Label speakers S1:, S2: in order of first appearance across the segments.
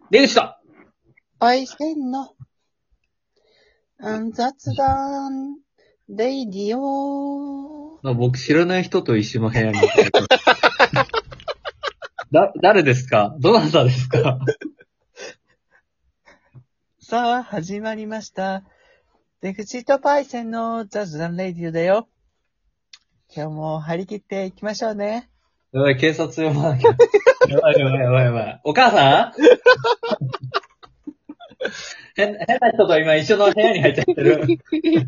S1: 出口だ。
S2: パイセンの雑談レイディオ。
S1: 僕知らない人と一緒の部屋にいて。誰ですか？どなたですか？
S2: さあ、始まりました。出口とパイセンの雑談レイディオだよ。今日も張り切っていきましょうね。
S1: やばい、警察呼ばなきゃ。やばい。お母さん変な人と今一緒の部屋に入っちゃってる。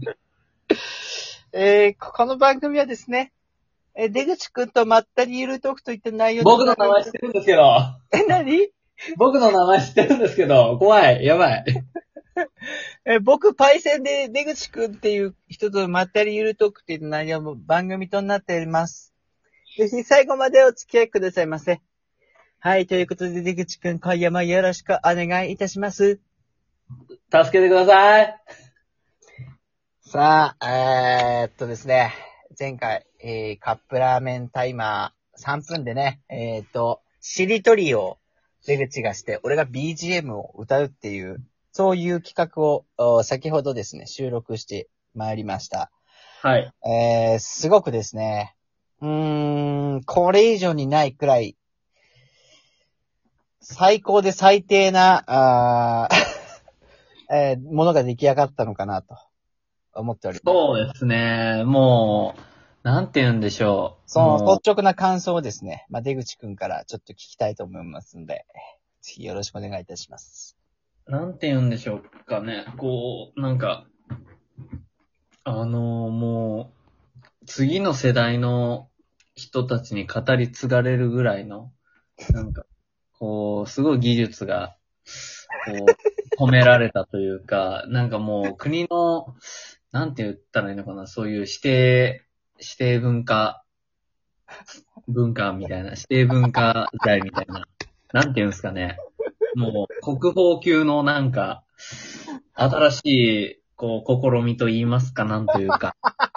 S2: ここの番組はですね、出口くんとまったりゆるトークといった内容
S1: 僕の名前知ってるんですけど。
S2: 何？
S1: 僕の名前知ってるんですけど、怖い、やばい。
S2: 僕、パイセンで出口くんっていう人とまったりゆるトークっていう内容も番組となっております。ぜひ最後までお付き合いくださいませ。はい、ということで出口くん、今夜もよろしくお願いいたします。
S1: 助けてください。
S2: さあ、ですね、前回、カップラーメンタイマー3分でね、しりとりを出口がして、俺が BGM を歌うっていう、そういう企画を先ほどですね、収録してまいりました。
S1: はい。
S2: すごくですね、これ以上にないくらい、最高で最低な、ものが出来上がったのかなと思っております。
S1: そうですね。もう、なんて言うんでしょう。
S2: その率直な感想をですね、出口くんからちょっと聞きたいと思いますので、ぜひよろしくお願いいたします。
S1: なんて言うんでしょうかね。もう、次の世代の人たちに語り継がれるぐらいの、すごい技術が、込められたというか、もう国の、なんて言ったらいいのかな、そういう指定文化みたいな、指定文化財みたいな、なんて言うんですかね。もう、国宝級の新しい、試みと言いますか、なんというか。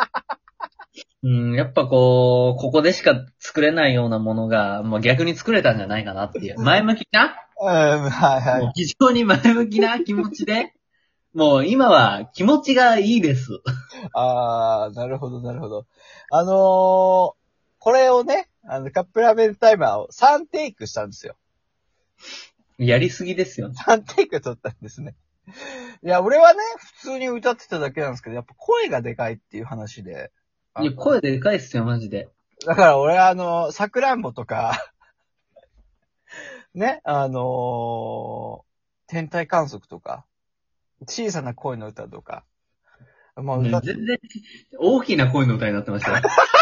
S1: やっぱここでしか作れないようなものが、もう逆に作れたんじゃないかなっていう。前向きな
S2: はい
S1: もう非常に前向きな気持ちで、もう今は気持ちがいいです。
S2: なるほど、なるほど。これをね、カップラーメンタイマーを3テイクしたんですよ。
S1: やりすぎですよね。
S2: 3テイク取ったんですね。いや、俺はね、普通に歌ってただけなんですけど、やっぱ声がでかいっていう話で。
S1: いや、声でかいっすよ、マジで。
S2: だから俺はさくらんぼとか、ね、天体観測とか、小さな恋の歌とか、
S1: 全然、大きな声の歌になってましたよ。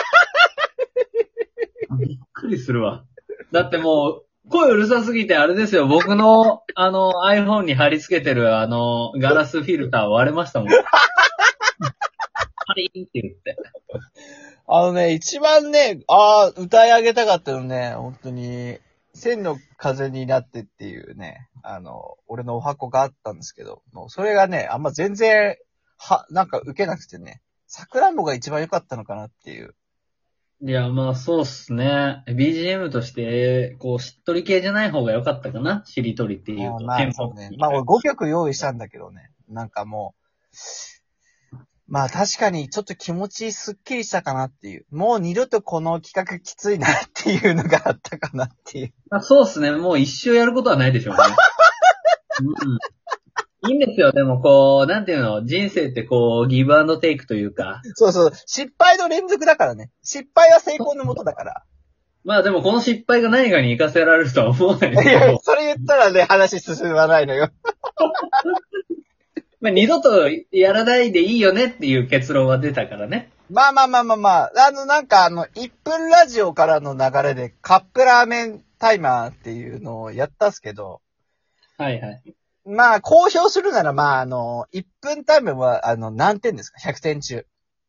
S1: びっくりするわ。だってもう、声うるさすぎてあれですよ、僕の、iPhone に貼り付けてるガラスフィルター割れましたもん。パリーンって言って。
S2: 一番ね、歌い上げたかったのね、本当に、千の風になってっていうね、俺のお箱があったんですけど、もうそれがね、あんま全然、受けなくてね、さくらんぼが一番良かったのかなっていう。
S1: いや、まあそうっすね。BGM として、しっとり系じゃない方が良かったかな。しりとりっていうと。
S2: そうね。俺5曲用意したんだけどね。確かにちょっと気持ちすっきりしたかなっていう。もう二度とこの企画きついなっていうのがあったかなっていう。
S1: そうっすね。もう一生やることはないでしょうね。いいんですよ。でもなんていうの、人生ってギブアンドテイクというか。
S2: そうそう。失敗の連続だからね。失敗は成功のもとだから。
S1: まあでもこの失敗が何かに活かせられるとは思わないですけど。
S2: それ言ったらね、話進まないのよ。
S1: まあ二度とやらないでいいよねっていう結論は出たからね。
S2: 1分ラジオからの流れでカップラーメンタイマーっていうのをやったっすけど。
S1: はいはい。
S2: 公表するなら1分タイムは何点ですか ?100 点中。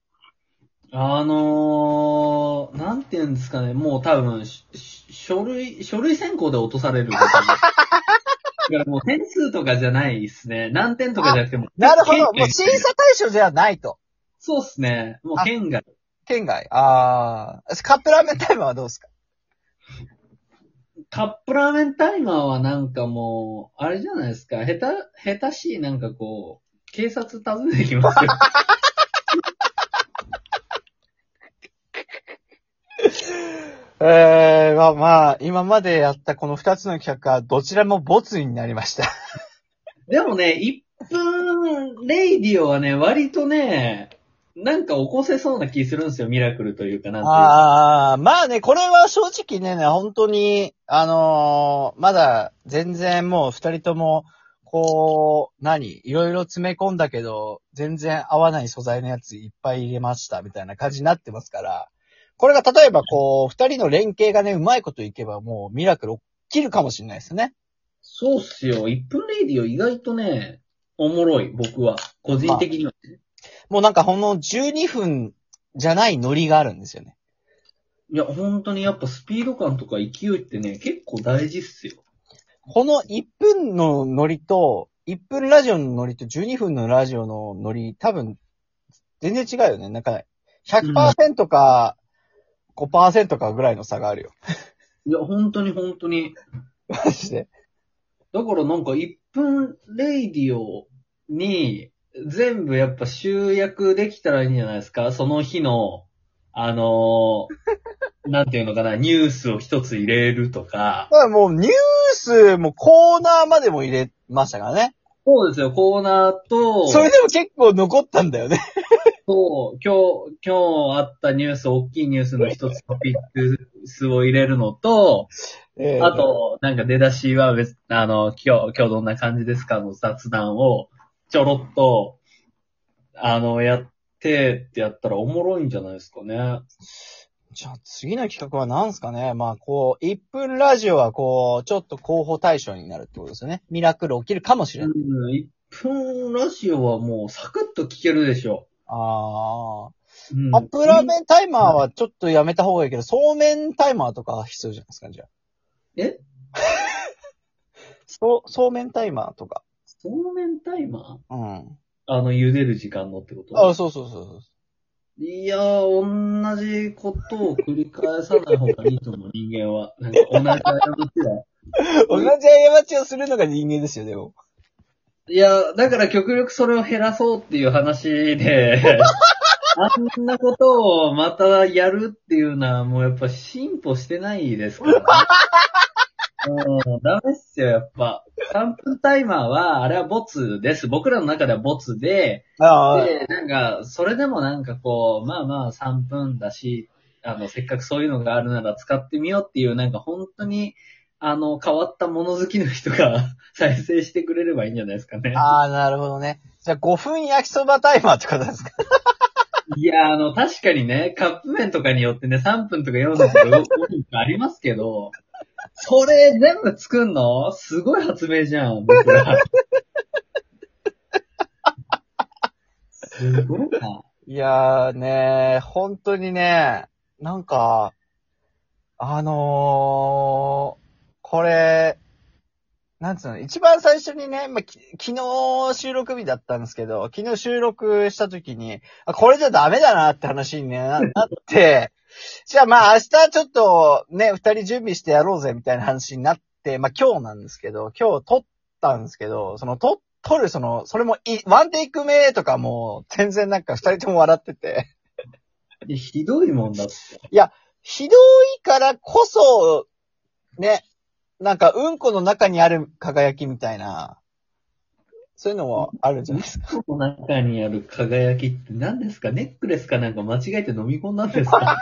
S1: なんていうんですかね、もう多分、書類選考で落とされる。だからもう点数とかじゃないですね。何点とかじゃなくても。
S2: なるほど。もう審査対象ではないと。
S1: そうっすね。もう県外。
S2: 県外。カップラーメンタイマーはどうですか？
S1: カップラーメンタイマーはなんかもう、あれじゃないですか。下手しいなんかこう、警察訪ねてきますよ。
S2: まあ、今までやったこの2つの企画はどちらもボツになりました。
S1: でもね、1分レイディオはね、割とね、なんか起こせそうな気するんですよ。ミラクルというかなんていうか。
S2: ああ、まあね、これは正直ね、本当に、まだ全然もう2人とも、こう、いろいろ詰め込んだけど、全然合わない素材のやついっぱい入れましたみたいな感じになってますから、これが例えばこう、2人の連携がね、うまいこといけばもうミラクル起きるかもしれないですね。
S1: そうっすよ。1分レイディオ意外とね、おもろい、僕は。個人的には。
S2: もうなんかこの12分じゃないノリがあるんですよね。
S1: いや、本当にやっぱスピード感とか勢いってね、結構大事っすよ。
S2: この1分のノリと、1分ラジオのノリと12分のラジオのノリ、多分、全然違うよね。なんか、100% か5% かぐらいの差があるよ。
S1: いや、本当に本当に。
S2: マジで。
S1: だからなんか1分レイディオに全部やっぱ集約できたらいいんじゃないですか。その日の、なんていうのかな、ニュースを一つ入れるとか。
S2: だからもうニュースもコーナーまでも入れましたからね。
S1: そうですよ、コーナーと、
S2: それでも結構残ったんだよね。
S1: そう、今日あったニュース、大きいニュースの一つトピックスを入れるのと、あと、なんか出だしは今日どんな感じですかの雑談をちょろっと、やってってやったらおもろいんじゃないですかね。
S2: じゃあ次の企画は何すかね。まあこう、1分ラジオはこう、ちょっと候補対象になるってことですよね。ミラクル起きるかもしれない。
S1: 1分ラジオはもうサクッと聞けるでしょ。
S2: ああ。
S1: うん。
S2: カップラーメンタイマーはちょっとやめた方がいいけど、そうめんタイマーとか必要じゃないですか、じゃあ。
S1: え
S2: そうめんタイマーとか。
S1: そうめんタイマー
S2: うん。
S1: 茹でる時間のってこと
S2: あ、そうそうそうそう。
S1: いやー、同じことを繰り返さない方がいいと思う、人間は。なんか同じ過ちは。
S2: 同じ過ちをするのが人間ですよ、でも。
S1: いや、だから極力それを減らそうっていう話で、あんなことをまたやるっていうのはもうやっぱ進歩してないですからね。ダメっすよ、やっぱ。3分タイマーは、あれはボツです。僕らの中ではボツで、で、なんか、それでもなんかこう、まあまあ3分だし、せっかくそういうのがあるなら使ってみようっていう、なんか本当に、変わったもの好きの人が再生してくれればいいんじゃないですかね。
S2: ああ、なるほどね。じゃあ5分焼きそばタイマーってことですか？
S1: いや、確かにね、カップ麺とかによってね、3分とか4分とか5分とかありますけど、それ全部作んのすごい発明じゃん、僕ら。すごいな。
S2: いやーね、本当にね、なんか、これ、なんつうの、一番最初にね、昨日収録日だったんですけど、昨日収録した時に、これじゃダメだなって話に、ね、なって、じゃあまあ明日ちょっとね、二人準備してやろうぜみたいな話になって、まあ今日なんですけど、今日撮ったんですけど、撮るそれもワンテイク目とかも全然なんか二人とも笑ってて。
S1: ひどいもんだって。
S2: いや、ひどいからこそ、ね、なんかうんこの中にある輝きみたいな、そういうのもあるんじゃないですか。
S1: この中にある輝きって何ですか？ネックレスかなんか間違えて飲み込んだんですか？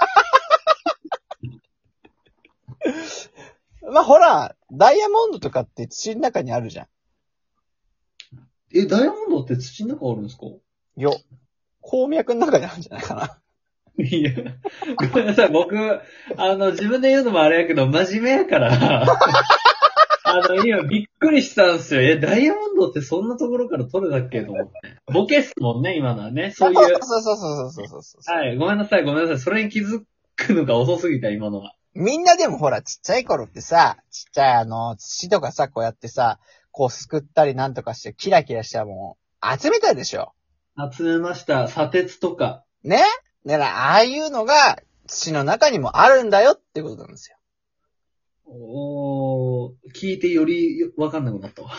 S2: まあほら、ダイヤモンドとかって土の中にあるじゃん。
S1: ダイヤモンドって土の中あるんですか？
S2: よ。鉱脈の中にあるんじゃないかな。
S1: いや、ごめんなさい、僕、自分で言うのもあれやけど、真面目やから、今びっくりしたんですよ。ダイヤモンドってそんなところから取るだっけと思って。ボケっすもんね、今のはね。そういう。
S2: そう。
S1: はい、ごめんなさい。それに気づくのが遅すぎた、今のは。
S2: みんなでもほら、ちっちゃい頃ってさ、ちっちゃい土とかさ、こうやってさ、こうすくったりなんとかして、キラキラしたもん、集めたでしょ。
S1: 集めました。砂鉄とか。
S2: ね？だから、ああいうのが土の中にもあるんだよってことなんですよ。
S1: 聞いてよりわかんなくなったわ。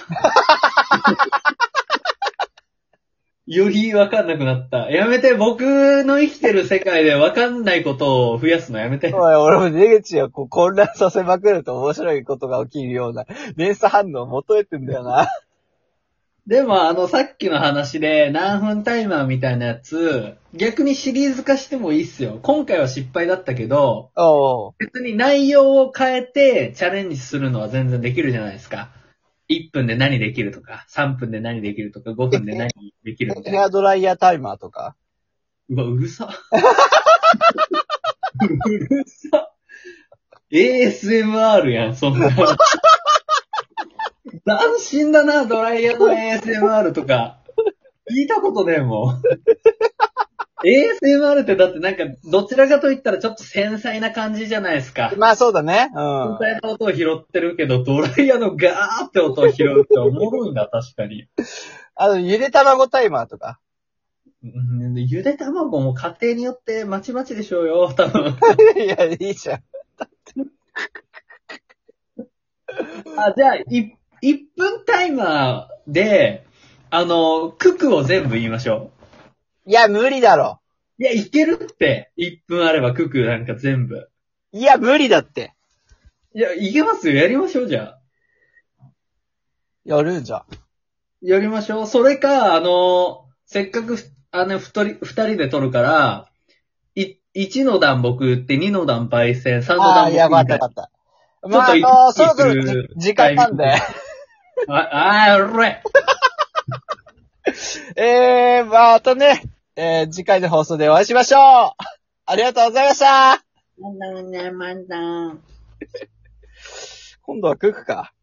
S1: よりわかんなくなった。やめて、僕の生きてる世界でわかんないことを増やすのやめて。
S2: おい、俺も出口をこう混乱させまくると面白いことが起きるような連鎖反応を求めてんだよな。
S1: でもさっきの話で何分タイマーみたいなやつ、逆にシリーズ化してもいいっすよ。今回は失敗だったけど、
S2: おう。
S1: 別に内容を変えてチャレンジするのは全然できるじゃないですか。1分で何できるとか、3分で何できるとか、5分で何できるみたいな。
S2: ヘアドライヤータイマーとか。
S1: うわ、うるさ。うるさ。ASMR やん、そんな。斬新だな、ドライヤーの ASMR とか。聞いたことねえもん。ASMR ってだってなんか、どちらかと言ったらちょっと繊細な感じじゃないですか。
S2: まあそうだね。
S1: 繊細な音を拾ってるけど、ドライヤーのガーって音を拾うっておもろいな、確かに。
S2: ゆで卵タイマーとか。
S1: ゆで卵も家庭によってまちまちでしょうよ、多分。
S2: いや、いいじゃん。
S1: じゃあ、1分タイマーで、九九を全部言いましょ
S2: いや、無理だろ。
S1: う。いや、いけるって。1分あれば九九なんか全部。
S2: いや、無理だって。
S1: いや、いけますよ。やりましょう、じゃあ。
S2: やるんじゃん。
S1: やりましょう。それか、せっかく、二人で撮るから、1の段僕言って2の段パイセン、3の段僕
S2: いや、わ
S1: 言って。
S2: かったわかった。
S1: ちょ
S2: ま
S1: っと
S2: あ、そろそろ時間なんで。
S1: うれ。
S2: またね、次回の放送でお会いしましょう。ありがとうございました。
S1: まだまだまだ。
S2: 今度はクックか。